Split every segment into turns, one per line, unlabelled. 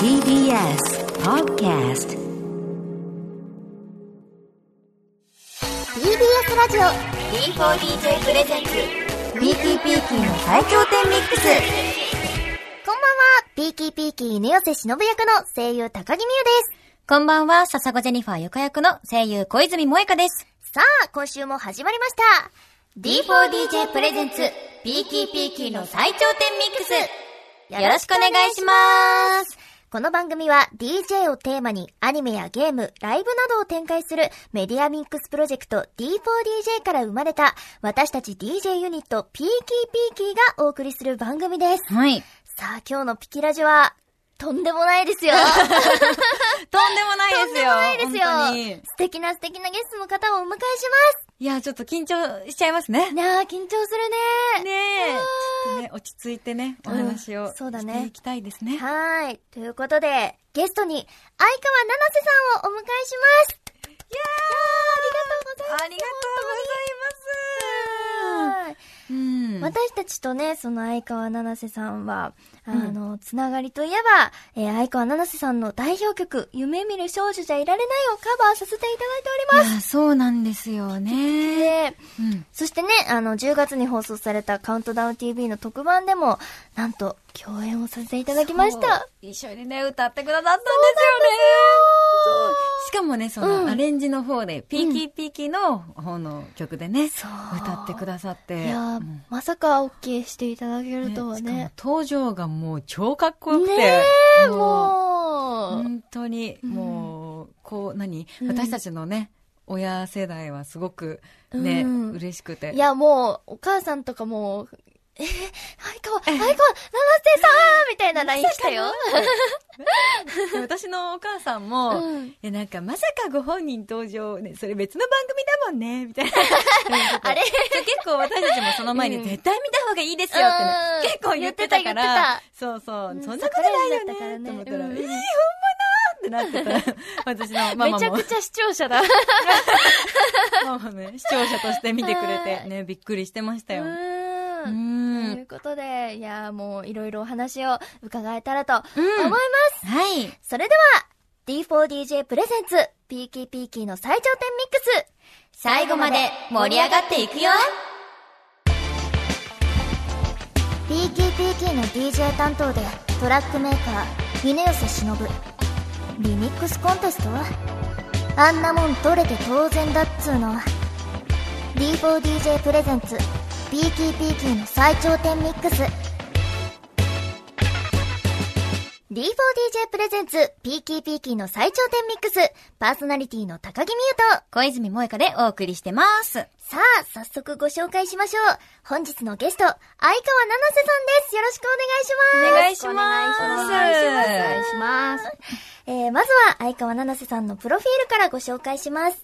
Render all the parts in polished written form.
TBS Podcast
TBS ラジオ D4DJ プレゼンツピーキーピーキーの最頂点ミックス。こんばんは、ピーキーピーキー犬寄せ忍役の声優高木美優です。
こんばんは、笹子ジェニファーゆか役の声優小泉萌香です。
さあ、今週も始まりました D4DJ プレゼンツピーキーピーキーの最頂点ミックス。
よろしくお願いします。
この番組は DJ をテーマにアニメやゲーム、ライブなどを展開するメディアミックスプロジェクト D4DJ から生まれた私たち DJ ユニットピーキーピーキーがお送りする番組です。
はい。
さあ、今日のピキラジはとんでもないですよ。
とんでもないですよ。
とんでもないですよ。
本当に
素敵なゲストの方をお迎えします。
いや、ちょっと緊張しちゃいますね。
いやー、緊張するね。
ねえ。ちょっとね、落ち着いてね、お話をしていきたいですね。
はい。ということで、ゲストに相川七瀬さんをお迎えします。いやー、ありがとうございます。
ありがとうございます。
私たちとね、その相川七瀬さんは、つながりといえば、相川七瀬さんの代表曲、夢見る少女じゃいられないをカバーさせていただいております。
いや、そうなんですよね。
そしてね、10月に放送されたカウントダウン TV の特番でも、なんと、共演をさせていただきました。
一緒にね、歌ってくださったんですよね。しかもね、そのアレンジの方で、ピーキーピーキーの方の曲でね、歌ってくださって。
いや、まさか OK していただけるとはね。
しかも登場がもう超かっこよくて。
ねえ、もう。
本当に、もう、私たちのね、親世代はすごくね、嬉しくて。
いや、もう、お母さんとかも、相川七瀬さんみたいな LINE 来たよ。
私のお母さんも、なんかまさかご本人登場ね、それ別の番組だもんね、みたいな。
あれ
結構私たちもその前に絶対見た方がいいですよってね、結構言ってたから、そうそう、そんなことないよね、って思ったら、ほんまなってなってた。私のママも。
めちゃくちゃ視聴者だ。
ママね、視聴者として見てくれて、ね、びっくりしてましたよ。
ということで、いや、もういろいろお話を伺えたらと思います。
はい。
それでは、D4DJ プレゼンツ、ピーキーピーキーの最頂点ミックス。
最後まで盛り上がっていくよ。
ピーキーピーキーの DJ 担当で、トラックメーカー、犬寄せ忍。リミックスコンテスト？あんなもん取れて当然だっつーの。D4DJ プレゼンツ、ピーキーピーキーの最頂点ミックス。D4DJ プレゼンツ、ピーキーピーキーの最頂点ミックス。パーソナリティの高木美優と
小泉萌香でお送りしてます。
さあ、早速ご紹介しましょう。本日のゲスト、相川七瀬さんです。よろしくお願いします。
お願いします。
お願いします。まずは相川七瀬さんのプロフィールからご紹介します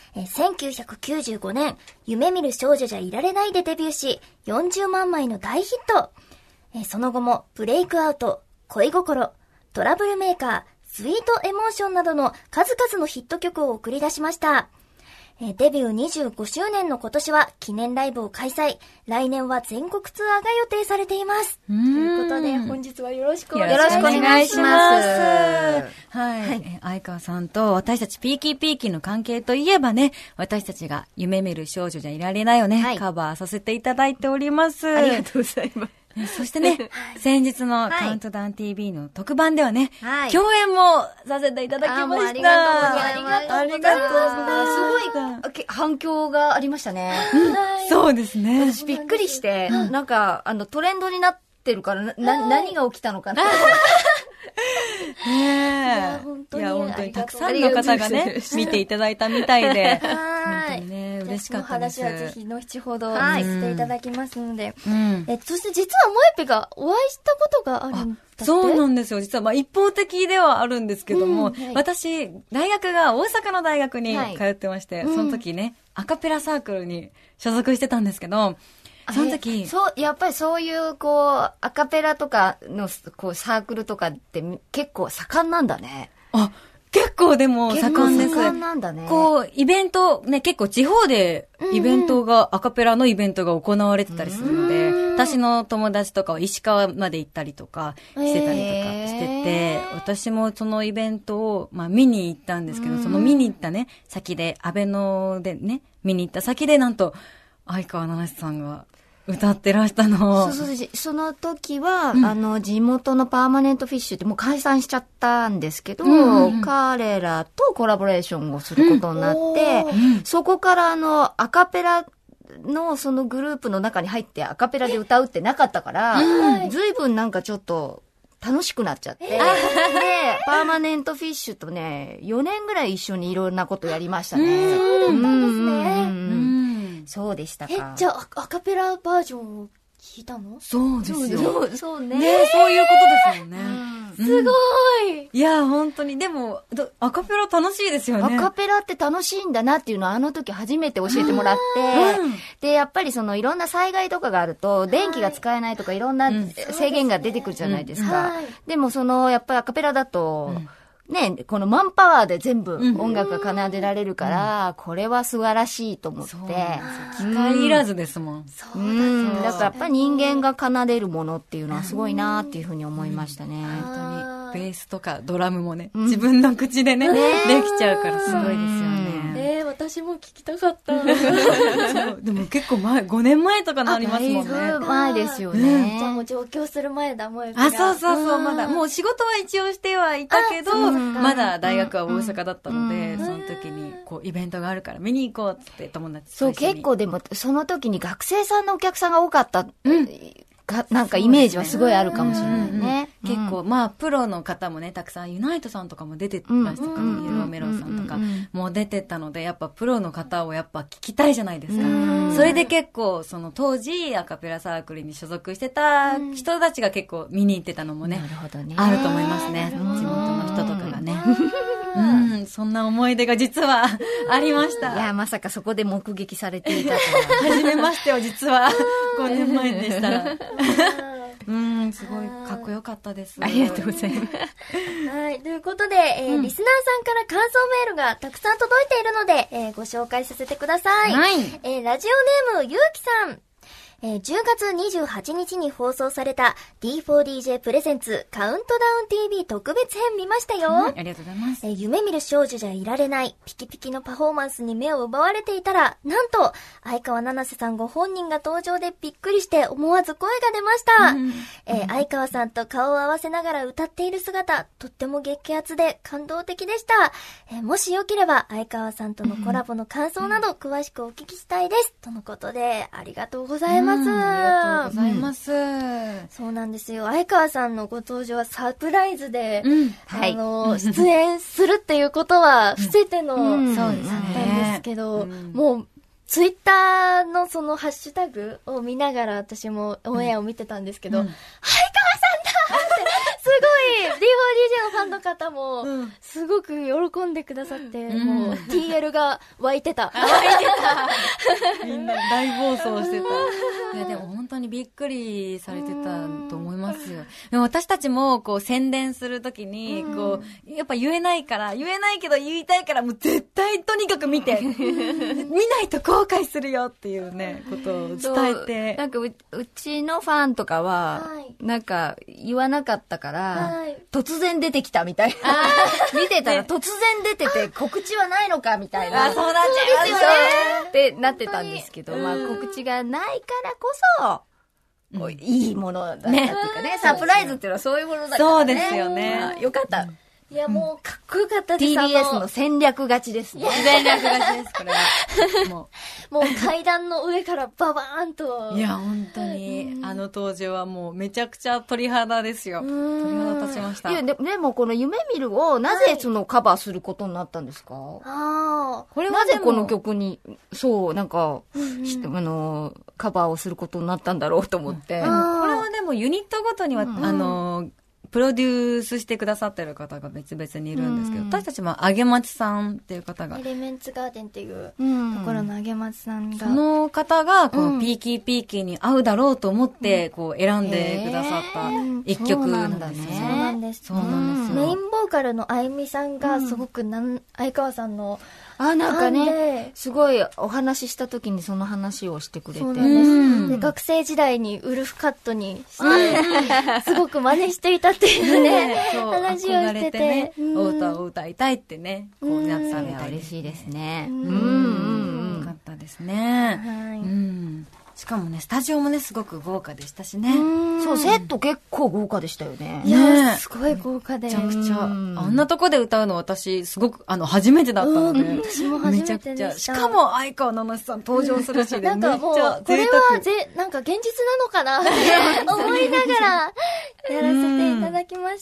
。1995年、夢見る少女じゃいられないでデビューし、40万枚の大ヒット。その後も、ブレイクアウト、恋心、トラブルメーカー、スイートエモーションなどの数々のヒット曲を送り出しました。デビュー25周年の今年は記念ライブを開催。来年は全国ツアーが予定されています。ということで、本日はよろしくお願いします。
はい。相川さんと私たちピーキーピーキーの関係といえばね、私たちが夢見る少女じゃいられないよね、カバーさせていただいております。
ありがとうございます。
そしてね、先日のカウントダウン TV の特番ではね、共演もさせていただきました。
ありがとうございます。
ありがとうございます。
すごい反響がありましたね。
そうですね。
私びっくりして、なんか、トレンドになってるから、何が起きたのかな。
いや、本当にたくさんの方がね、見ていただいたみたいで、本当にね、嬉しかったです。
その話はぜひ後ほどさせていただきますので。そして実はもえぺがお会いしたことがあるんだって。
そうなんですよ。実は一方的ではあるんですけども、私、大学が大阪の大学に通ってまして、その時ね、アカペラサークルに所属してたんですけど、その時、
やっぱりそういう、アカペラとかの、サークルとかって結構盛んなんだね。
あ、結構でも盛んです。
盛んなんだね。
イベント、ね、結構地方でイベントが、アカペラのイベントが行われてたりするので、 私の友達とかは石川まで行ったりとかしてたりとかしてて、私もそのイベントを、見に行ったんですけど、その見に行ったね、先で、安倍のでね、見に行った先で、なんと、相川七瀬さんが歌ってらしたの。
その時は、地元のパーマネントフィッシュってもう解散しちゃったんですけど、彼らとコラボレーションをすることになって、そこからアカペラのそのグループの中に入ってアカペラで歌うってなかったから、ずいぶんなんかちょっと楽しくなっちゃって、で、パーマネントフィッシュとね、4年ぐらい一緒にいろんなことやりましたね。
そうだったんですね。
そうでしたか。
じゃあ、アカペラバージョンを聞いたの？
そうですよ。
そうね。
ね、そういうことですよね。
すごい。
いや、本当に。でも、アカペラ楽しいですよね。
アカペラって楽しいんだなっていうのはあの時初めて教えてもらって、で、やっぱりそのいろんな災害とかがあると、電気が使えないとかいろんな制限が出てくるじゃないですか。でもやっぱりアカペラだと、ね、このマンパワーで全部音楽が奏でられるから、これは素晴らしいと思って。
機械いらずですもん。
だからやっぱり人間が奏でるものっていうのはすごいなっていうふうに思いましたね。
本当に。ベースとかドラムもね、自分の口でね、できちゃうからすごいですよね。
私も聞きたかった。
でも結構前、5年前とかなりますもんね。
だいぶ前ですよね。
じゃあもう上京する前だ、もう。
そう、まだ。もう仕事は一応してはいたけど、まだ大学は大阪だったので、その時にイベントがあるから見に行こうって友達と。
そう、結構でもその時に学生さんのお客さんが多かった。なんかイメージはすごいあるかもしれないね。
結構、プロの方もね、たくさん、ユナイトさんとかも出てましたから、イエローメロンさんとかも出てたので、やっぱプロの方をやっぱ聞きたいじゃないですか。それで結構、その当時、アカペラサークルに所属してた人たちが結構見に行ってたのもね、あると思いますね。地元の人とかがね。そんな思い出が実はありました。
いや、まさかそこで目撃されていたとは。
初めましてよ、実は。5年前でしたら。すごいかっこよかったです。
ありがとうございます。
はい、ということで、リスナーさんから感想メールがたくさん届いているので、ご紹介させてください。
はい。
ラジオネームゆうきさん。10月28日に放送された D4DJ プレゼンツカウントダウン TV 特別編見ましたよ。
ありがとうございます。
夢見る少女じゃいられないピキピキのパフォーマンスに目を奪われていたら、なんと相川七瀬さんご本人が登場でびっくりして思わず声が出ました。相川さんと顔を合わせながら歌っている姿、とっても激アツで感動的でした。もしよければ相川さんとのコラボの感想など詳しくお聞きしたいです。とのことで、ありがとうございます。
ありがとうございます。
そうなんですよ。相川さんのご登場はサプライズで、出演するっていうことは伏せての、だったんですけど、もう、ツイッターのそのハッシュタグを見ながら私もオンエアを見てたんですけど、相川さんだって、すごい D4DJ のファンの方も、すごく喜んでくださって、もう TL が湧いてた。
みんな大暴走してた。いや、でも本当にびっくりされてたと思いますよ。でも私たちも宣伝するときに、やっぱ言えないけど言いたいから、もう絶対とにかく見て。見ないと後悔するよっていうね、ことを伝えて。
なんかうちのファンとかは、なんか言わなかったから、突然出てきたみたいな。見てたら突然出てて、告知はないのかみたいな。
そうなっちゃいますよね。
ってなってたんですけど、告知がないからこそ、いいものだったっていうかね、サプライズっていうのはそういうものだからね。
そうですよね。
よかった。
いや、もうかっこよかったです。
TBS の戦略勝ちですね。
戦略勝ちです、これは。
もう階段の上からババーンと。
いや、本当に、登場はもうめちゃくちゃ鳥肌ですよ。鳥肌立ちました。
いや、でもこの夢見るをなぜそのカバーすることになったんですか？
これは
なぜこの曲に、なんか、カバーをすることになったんだろうと思って。
これはでもユニットごとには、プロデュースしてくださってる方が別々にいるんですけど、私たちもあげまちさんっていう方が。
エレメンツガーデンっていうところのあげまちさんが。
その方が、このピーキーピーキーに合うだろうと思って、選んでくださった一曲なんですよね。
なんです。
そうなんですよ。
メインボーカルのあゆみさんがすごく相川さんの
なんかね、すごいお話しした時にその話をしてくれて。
そうなんです。で、学生時代にウルフカットにして、すごく真似していたっていうね、話をしてて。ね、
お歌を歌いたいってね、こうなったみたいで。
嬉しいですね。
よかったですね。しかもね、スタジオもね、すごく豪華でしたしね。
そう、セット結構豪華でしたよね。
いや、すごい豪華で。
めちゃくちゃ。あんなとこで歌うの私、すごく、初めてだったので。
私も初めてでした。
しかも、相川七瀬さん登場するし、
なんかもう、これはなんか現実なのかなって思いながら、やらせていただきました。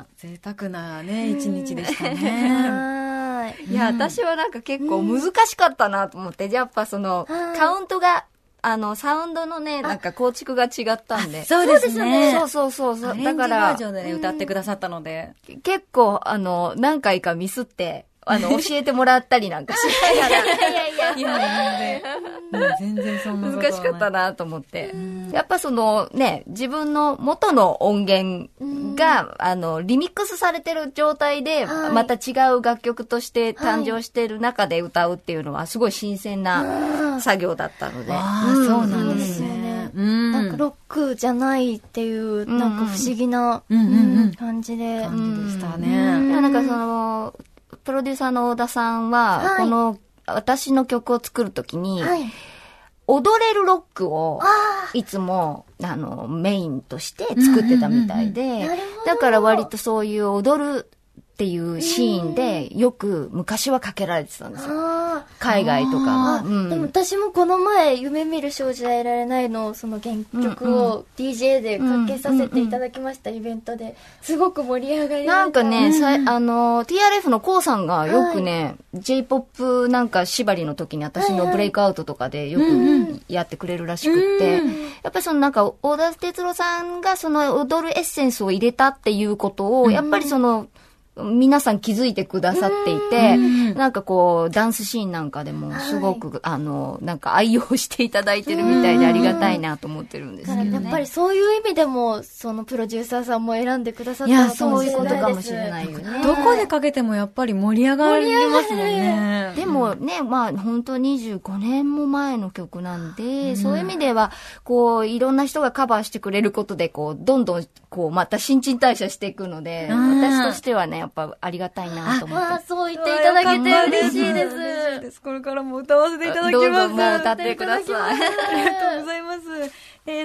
贅沢なね、一日でしたね。
いや、私はなんか結構難しかったなと思って、やっぱその、カウントが、サウンドのね、なんか構築が違ったんで。
そうですね。
そう。
だから、アレンジバージョンでね、歌ってくださったので。
結構、何回かミスって、教えてもらったりなんかしながら。
いや、全然そんなこと
難しかったなと思って。やっぱそのね、自分の元の音源が、リミックスされてる状態で、また違う楽曲として誕生してる中で歌うっていうのは、すごい新鮮な作業だったので。
そうなんですね。
なんかロックじゃないっていう、なんか不思議な感じで。
感じでしたね。
なんかその、プロデューサーの小田さんは、この、私の曲を作るときに、踊れるロックを、いつも、メインとして作ってたみたいで、だから割とそういう踊るっていうシーンで、よく昔はかけられてたんですよ。海外とか。
でも私もこの前、夢見る少女はいられないの、その原曲を DJ でかけさせていただきました、イベントで。すごく盛り上がりました。
なんかね、TRF のコウさんがよくね、J-POP なんか縛りの時に私のブレイクアウトとかでよくやってくれるらしくって、やっぱりそのなんか、小田哲郎さんがその踊るエッセンスを入れたっていうことを、やっぱりその、皆さん気づいてくださっていて、なんかこう、ダンスシーンなんかでもすごく、なんか愛用していただいてるみたいでありがたいなと思ってるんですけどね。
やっぱりそういう意味でも、そのプロデューサーさんも選んでくださったのかもしれないです。
そういうことかもしれないよね。
どこでかけてもやっぱり盛り上がりますもんね。
でもね、まあ本当25年も前の曲なんで、そういう意味では、こう、いろんな人がカバーしてくれることで、こう、どんどん、こう、また新陳代謝していくので、私としてはね、やっぱありがたいなと思って。
そう言っていただけて嬉しいです。
嬉しいです。これからも歌わせていただきます。
どうぞもう歌ってください。
ありがとうございます。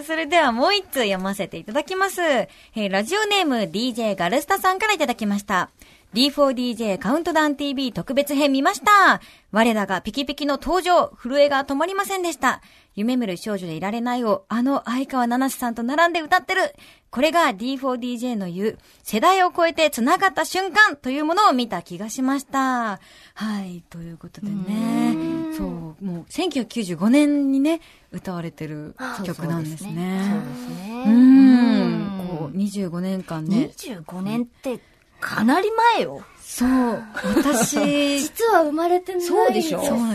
それではもう一通読ませていただきます。ラジオネーム DJ ガルスタさんからいただきました。D4DJ カウントダウン TV 特別編見ました。我らがピキピキの登場、震えが止まりませんでした。夢見る少女でいられないを相川七瀬さんと並んで歌ってる。これが D4DJ の言う世代を超えて繋がった瞬間というものを見た気がしました。はい、ということでね。そう、もう1995年にね、歌われてる曲なんですね。
そうですね。
こう25年間ね。
25年ってかなり前よ。
そう。私、
実は生まれてない。
そうでしょ？
そうなんです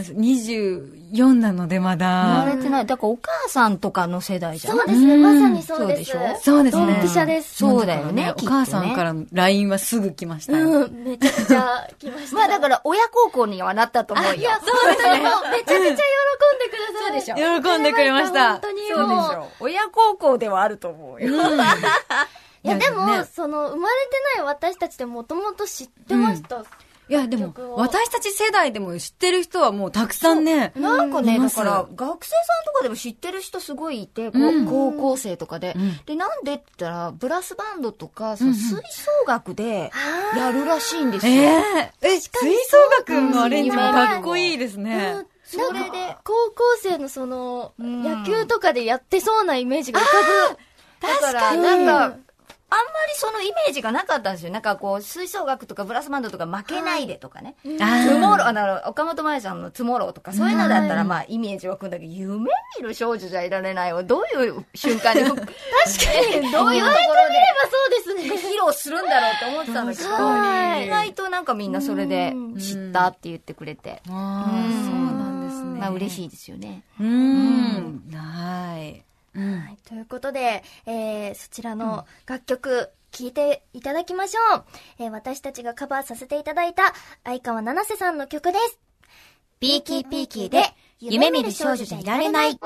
。24なのでまだ。
生まれてない。だからお母さんとかの世代じゃん。
そうですね。まさにそうです。
そうですね。
ドンピシャです。
そうだよね。
お母さんからの LINE はすぐ来ました
よ。めちゃくちゃ来ました。
まあだから親孝行にはなったと思うよ。
いや、そうですね。もうめちゃくちゃ喜んでくださる。
そうでしょ。
喜んでくれました。
本当に
そうでしょ。親孝行ではあると思うよ。
いや、でも、生まれてない私たちってもともと知ってました。
いや、でも、私たち世代でも知ってる人はもうたくさんね。
なんかね、だから、学生さんとかでも知ってる人すごいいて、高校生とかで。で、なんでって言ったら、ブラスバンドとか、吹奏楽でやるらしいんですよ。
吹奏楽のアレンジもかっこいいですね。
それで、高校生のその、野球とかでやってそうなイメージが浮かぶ。
だから、なんか、あんまりそのイメージがなかったんですよ。なんかこう、吹奏楽とかブラスバンドとか負けないでとかね。トゥモロー、岡本真也さんのトゥモローとか、そういうのだったらまあイメージ湧くんだけど、夢見る少女じゃいられないをどういう瞬間に、確かに、どういうところで、
言われてみればそうですね。
披露するんだろうって思ってたんだけど、意外となんかみんなそれで知ったって言ってくれて。
そうなんですね。
まあ嬉しいですよね。
はい。
ということで、そちらの楽曲、 聴いていただきましょう。私たちがカバーさせていただいた相川七瀬さんの曲です。
ピーキーピーキーで夢見る少女じゃいられない。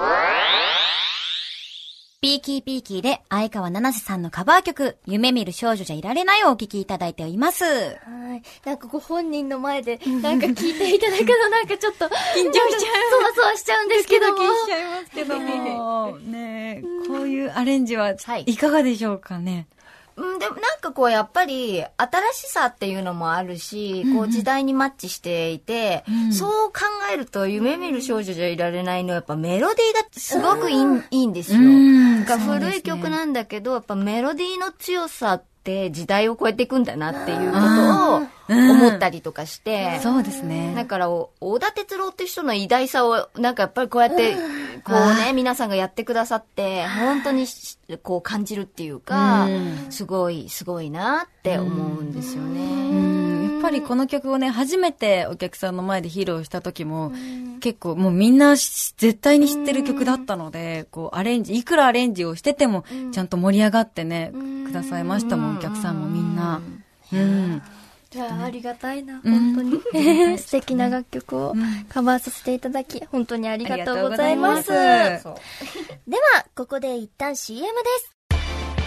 ピーキーピーキーで相川七瀬さんのカバー曲夢見る少女じゃいられないをお聴きいただいております。はい。
なんかご本人の前でなんか聞いていただくのなんかちょっと緊張しちゃう。そわそわしちゃうんですけども。
ドキドキしちゃいますけども。ねえ、こういうアレンジはいかがでしょうかね。
でもなんかこうやっぱり新しさっていうのもあるし、こう時代にマッチしていて、そう考えると夢見る少女じゃいられないのはやっぱメロディーがすごくいいんですよ。なんか古い曲なんだけど、やっぱメロディーの強さって時代を超えていくんだなっていうことを思ったりとかして。
そうですね。
だから小田哲郎っていう人の偉大さをなんかやっぱりこうやってこうね皆さんがやってくださって本当にこう感じるっていうか、すごいなって思うんですよね。
やっぱりこの曲をね初めてお客さんの前で披露した時も結構もうみんな絶対に知ってる曲だったので、こういくらアレンジをしててもちゃんと盛り上がってねくださいましたもん、お客さんもみんな。
じゃあ、ありがたいな、本当に。素敵な楽曲をカバーさせていただき、本当にありがとうございます。では、ここで一旦 CM です。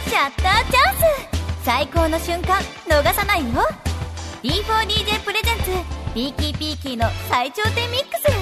シャッターチャンス、最高の瞬間逃さないよ。 D4DJ プレゼンツピーキーピーキーの最頂点ミックス。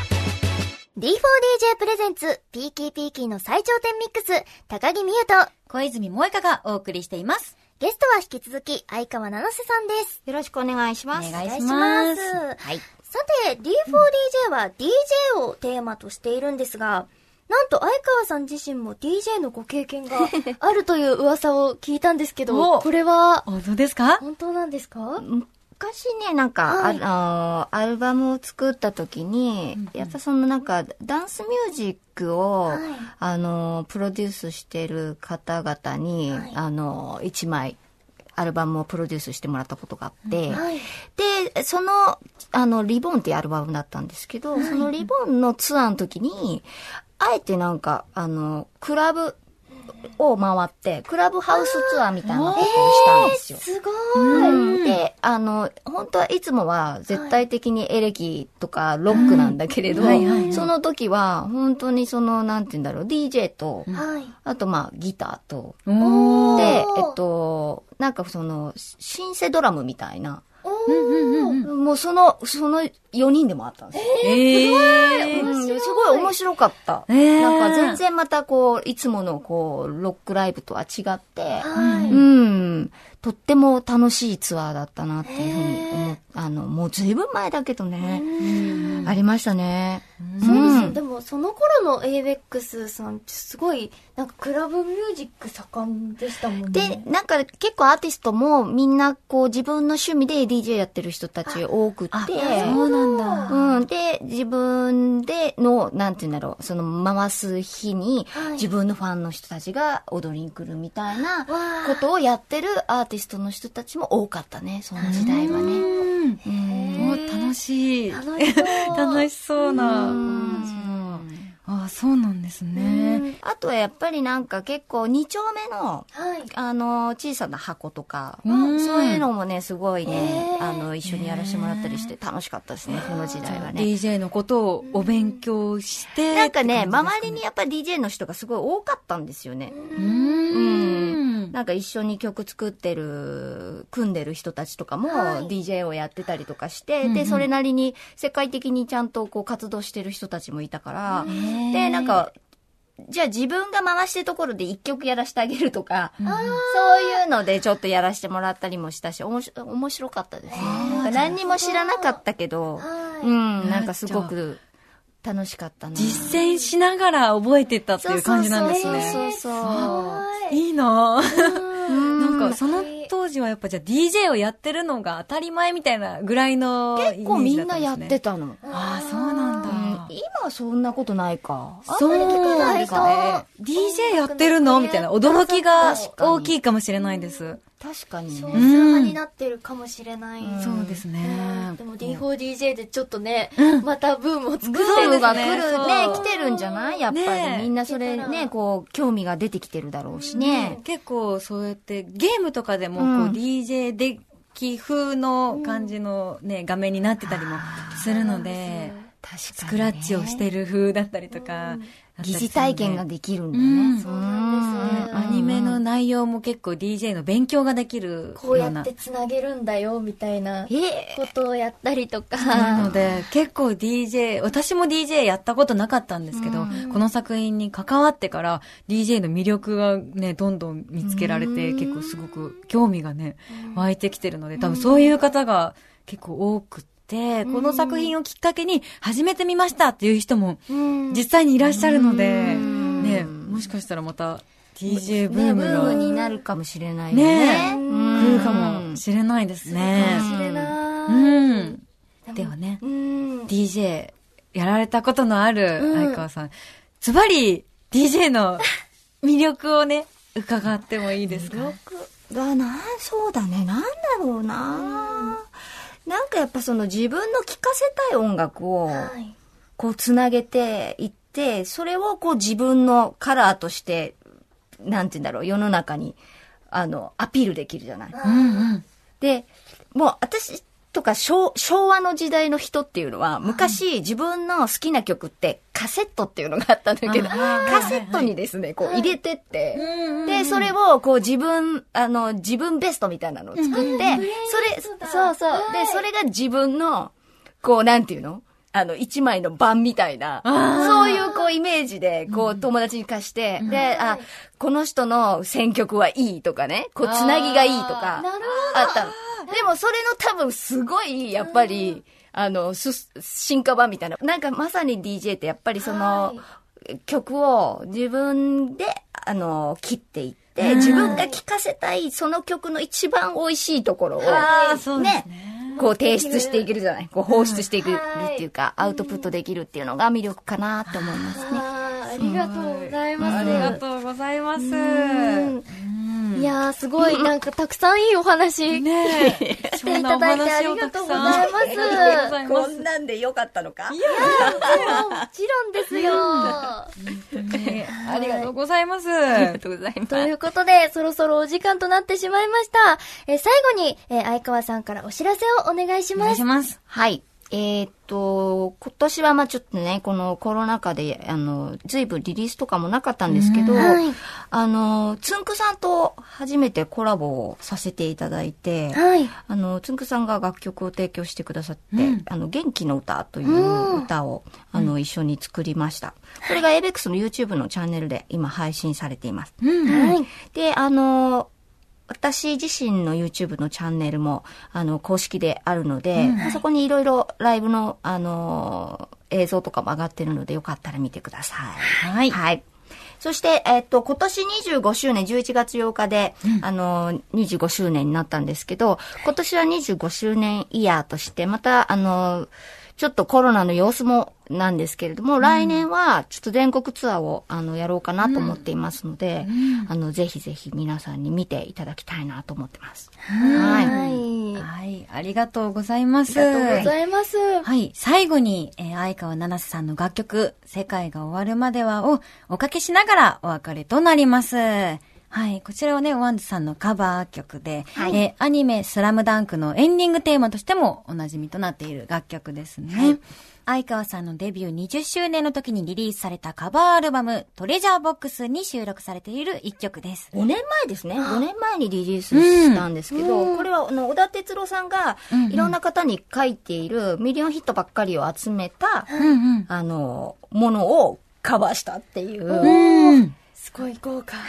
D4DJ プレゼンツピーキーピーキーの最頂点ミックス、高木美優と
小泉萌香がお送りしています。
ゲストは引き続き相川七瀬さんです。
よろしくお願いします。
お願いします。
はい。さて、D4DJ は DJ をテーマとしているんですが、なんと相川さん自身も DJ のご経験があるという噂を聞いたんですけど、これは
本当ですか？
本当なんですか？
昔ね、なんか、アルバムを作った時に、やっぱそのなんか、ダンスミュージックを、プロデュースしてる方々に、一枚、アルバムをプロデュースしてもらったことがあって、で、その、リボンっていうアルバムだったんですけど、そのリボンのツアーの時に、あえてなんか、クラブ、を回って、クラブハウスツアーみたいなことをしたんですよ。
すごい。
で、本当はいつもは絶対的にエレキとかロックなんだけれど、その時は本当にその、なんて言うんだろう、DJ と、あとまあギターと、で、なんかその、シンセドラムみたいな、もうその4人でもあったんですよ。すごい面白かった。なんか全然またこう、いつものこう、ロックライブとは違って、とっても楽しいツアーだったなっていうふうにもうずいぶん前だけどね、ありましたね。
そうですよ。でもその頃の ABEX さんってすごい、なんかクラブミュージック盛んでしたもんね。
で、なんか結構アーティストもみんなこう自分の趣味で DJ やってる人たち多くって。
そうなんだ。
で、自分での、なんて言うんだろう、その回す日に自分のファンの人たちが踊りに来るみたいなことをやってるアーティストの人たちも多かったね、その時代はね。
楽しい。楽しそうな。ああ、そうなんですね。
あとはやっぱりなんか結構2丁目の、小さな箱とか、そういうのもね、すごいね、一緒にやらせてもらったりして楽しかったですね、この時代はね。
DJ のことをお勉強して。
なんかね、周りにやっぱり DJ の人がすごい多かったんですよね。なんか一緒に曲作ってる、組んでる人たちとかも DJ をやってたりとかして、で、それなりに世界的にちゃんとこう活動してる人たちもいたから、で、なんか、じゃあ自分が回してるところで一曲やらせてあげるとか、そういうのでちょっとやらせてもらったりもしたし、面白かったですね。なんか何にも知らなかったけど、なんかすごく楽しかったな。
実践しながら覚えてったっていう感じなんですね。いいななんかその当時はやっぱじゃあ DJ をやってるのが当たり前みたいなぐらいのイメージだったんですね。
結構みんなやってたの。
ああ、そうなんだ。
今はそんなことないか。
そうなんですかね。DJ やってるのみたいな驚きが大きいかもしれないです。
確かにね。
少数派になってるかもしれない。
そうですね。
でも D4DJ でちょっとね、またブームを作ってる
ブームが来るね、来てるんじゃないやっぱり。みんなそれね、こう、興味が出てきてるだろうしね。
結構そうやってゲームとかでもこう DJ デッキ風の感じのね、画面になってたりもするので、スクラッチをしてる風だったりとか、
疑似体験ができるんだね。
そうなんです。
アニメの内容も結構 DJ の勉強ができるような。
こうやってつなげるんだよ、みたいなことをやったりとか。
なので、結構 DJ、私も DJ やったことなかったんですけど、この作品に関わってから DJ の魅力がね、どんどん見つけられて、結構すごく興味がね、湧いてきてるので、多分そういう方が結構多くて、この作品をきっかけに始めてみましたっていう人も実際にいらっしゃるので、ね、もしかしたらまた DJ ブームが、
ブームになるかもしれないね。
来るかもしれないですね。
かもしれない。
ではね、DJ やられたことのある相川さん、ズバリ DJ の魅力をね、伺ってもいいですか？
魅力がそうだね、なんだろうな。なんかやっぱその自分の聴かせたい音楽をこうつなげていって、それをこう自分のカラーとしてなんて言うんだろう、世の中にアピールできるじゃない。で、もう私とか昭和の時代の人っていうのは昔自分の好きな曲ってカセットっていうのがあったんだけど、カセットにですねこう入れてって、でそれをこう自分ベストみたいなのを作って、そうでそれが自分のこうなんていうの一枚の盤みたいな、そういうこうイメージで、こう友達に貸して、で、この人の選曲はいいとかね、こうつなぎがいいとか、あったの。でもそれの多分すごい、やっぱり、進化版みたいな。なんかまさに DJ ってやっぱりその、曲を自分で、切っていって、自分が聴かせたいその曲の一番美味しいところを、ね、こう提出していけるじゃない、こう放出していけるっていうか、アウトプットできるっていうのが魅力かなと思いますね。
ありがとうございます。
ありがとうございます。
いやー、すごい、なんかたくさんいいお話、ね、していただいてありがとうございます。
こんなんでよかったのか？
いやもちろんですよ。
ありがとうございます。
ありがとうございます。
ということで、そろそろお時間となってしまいました。最後に、相川さんからお知らせをお願いします。
お願いします。
はい。今年はちょっとね、このコロナ禍で、随分リリースとかもなかったんですけど、つんくさんと初めてコラボをさせていただいて、つんくさんが楽曲を提供してくださって、元気の歌という歌を、一緒に作りました。これが ABEX の YouTube のチャンネルで今配信されています。で、私自身の YouTube のチャンネルも、公式であるので、そこにいろいろライブの、映像とかも上がってるので、よかったら見てください。はい。そして、今年25周年、11月8日で、25周年になったんですけど、今年は25周年イヤーとして、また、ちょっとコロナの様子もなんですけれども、来年はちょっと全国ツアーをやろうかなと思っていますので、ぜひぜひ皆さんに見ていただきたいなと思ってます。
はい。ありがとうございます。
ありがとうございます。
はい。最後に、相川七瀬さんの楽曲、世界が終わるまではをおかけしながらお別れとなります。はい。こちらはね、ワンズさんのカバー曲で、アニメスラムダンクのエンディングテーマとしてもおなじみとなっている楽曲ですね。相川さんのデビュー20周年の時にリリースされたカバーアルバム、トレジャーボックスに収録されている一曲です。
5年前ですね。5年前にリリースしたんですけど、これは小田哲郎さんがいろんな方に書いているミリオンヒットばっかりを集めた、ものをカバーしたっていう。
すごい豪華。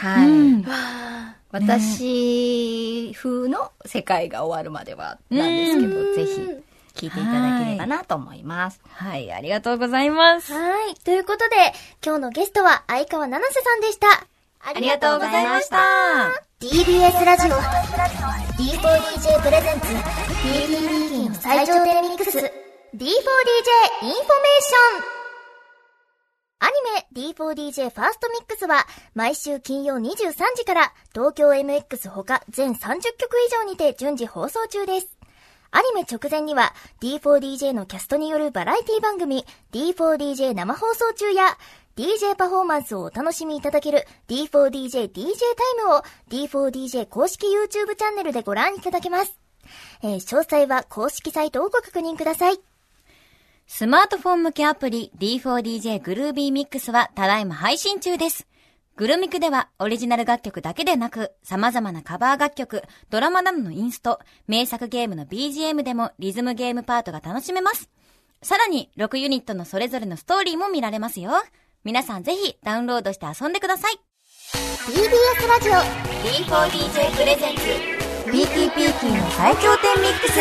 私風の世界が終わるまではなんですけど、ぜひ聴いていただければなと思います。
はい、ありがとうございます。
はい、ということで、今日のゲストは相川七瀬さんでした。
ありがとうございました。
TBS ラジオ D4DJ プレゼンツ PPP の最頂点ミックス D4DJ インフォメーション。 アニメ D4DJ ファーストミックスは毎週金曜23時から東京 MX ほか全30曲以上にて順次放送中です。アニメ直前には D4DJ のキャストによるバラエティ番組 D4DJ 生放送中やDJ パフォーマンスをお楽しみいただける D4DJ DJ タイムを D4DJ 公式 YouTube チャンネルでご覧いただけます。詳細は公式サイトをご確認ください。
スマートフォン向けアプリ D4DJ グルービーミックスはただいま配信中です。グルミクではオリジナル楽曲だけでなく様々なカバー楽曲、ドラマなどのインスト、名作ゲームの BGM でもリズムゲームパートが楽しめます。さらに6ユニットのそれぞれのストーリーも見られますよ。皆さんぜひダウンロードして遊んでください。
TBS ラジオ
D4DJ プレゼンツピーキーピーキーの最強点ミックス。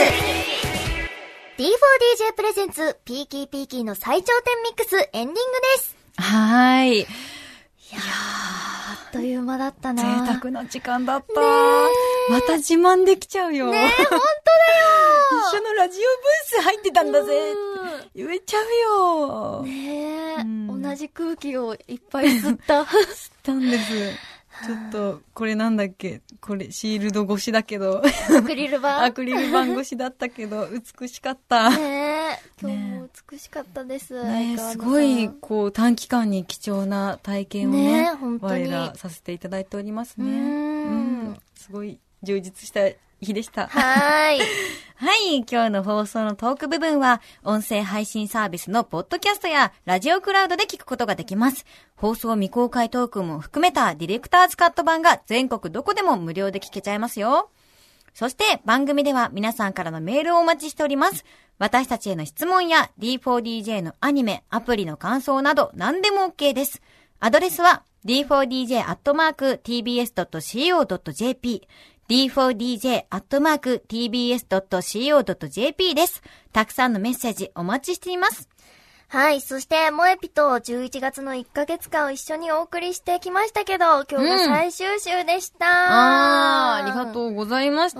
D4DJ プレゼンツピーキーピーキーの最頂点ミックスエンディングです。
はい。
いやー、あっという間だったな。
贅沢な時間だった。また自慢できちゃうよ。
ねえ、ほんとだよ。
一緒のラジオブース入ってたんだぜって言えちゃうよ。
ねえ、同じ空気をいっぱい吸った。
吸ったんです。ちょっと、これなんだっけ、これシールド越しだけど。
アクリル板
アクリル板越しだったけど、美しかった。
ねえ、今日も美しかったです。
ねえ、すごい、こう、短期間に貴重な体験をね、我らさせていただいておりますね。すごい充実した日でした。
はい。
はい、今日の放送のトーク部分は、音声配信サービスのポッドキャストやラジオクラウドで聞くことができます。放送未公開トークも含めたディレクターズカット版が全国どこでも無料で聞けちゃいますよ。そして番組では皆さんからのメールをお待ちしております。私たちへの質問や D4DJ のアニメ、アプリの感想など何でも OK です。アドレスは d4dj@tbs.co.jp d4dj@tbs.co.jp です。たくさんのメッセージお待ちしています。
はい。そして、萌えぴと11月の1ヶ月間を一緒にお送りしてきましたけど、今日が最終週でした。
ありがとうございました。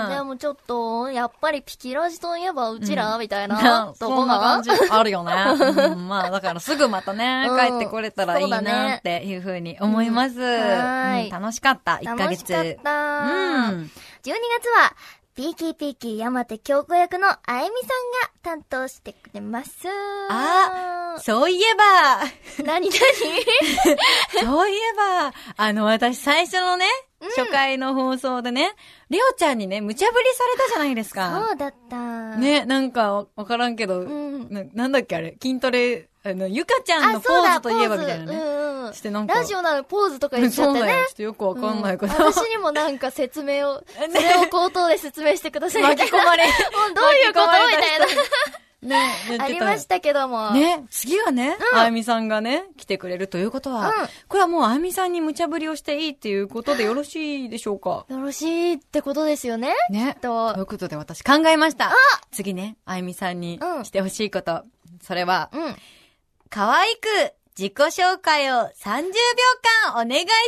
でもちょっと、やっぱりピキラジといえばうちら、みたいな、
そんな感じあるよね。まあ、だからすぐまたね、帰ってこれたらいいなっていうふうに思います。楽しかった、1ヶ月。
楽しかった。12月は、ピーキーピーキー山手京子役のあえみさんが担当してくれます。
そういえば
何
そういえば私最初のね、初回の放送でね、レオちゃんにね、無茶ぶりされたじゃないですか。
そうだった。
ね、なんかわからんけど、なんだっけあれ、筋トレ、ゆかちゃんのポーズといえばみたいなね。してなんか
ラジオなのポーズとか言っちゃってね。
そうだよ。ちょっとよくわかんないけど。
私にもなんか説明を、それを口頭で説明してください。
巻き込まれ。
もうどういうことみたいな。
ね、
ありましたけども。
ね、次はね、あゆみさんがね、来てくれるということは、これはもうあゆみさんに無茶ぶりをしていいっていうことでよろしいでしょうか？
よろしいってことですよね。
ね。ということで私考えました。次ね、あゆみさんにしてほしいこと。それは、可愛く自己紹介を30秒間お願いします。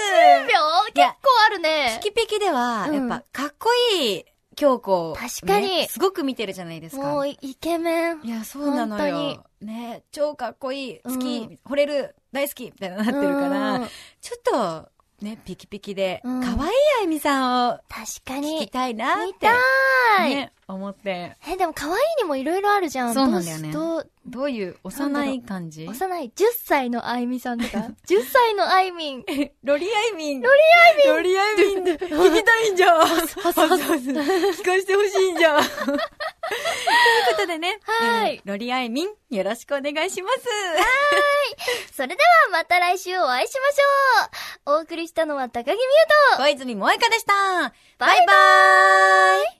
30秒結構あるね。
ピキピキでは、やっぱかっこいい京子、
確かに、
すごく見てるじゃないですか。
もうイケメン。
いや、そうなのよ。ね、超かっこいい、好き、惚れる、大好きみたいななってるから、ちょっとね、ピキピキで可愛いあゆみさんを
確かに
聞きたいなって
見たい
ね、思って。
でも可愛いにもいろいろあるじゃん。
そうなんだよね。どういう幼い感じ？
幼い10歳のあゆみさんとか10歳のあいみん
ロリあいみん
ロリあいみん
で聞きたいんじゃん聞かせてほしいんじゃんということでね、ロリあいみんよろしくお願いします。
それではまた来週お会いしましょう。お送りしたのは高木美優と
小泉萌香でした。
バイバーイ。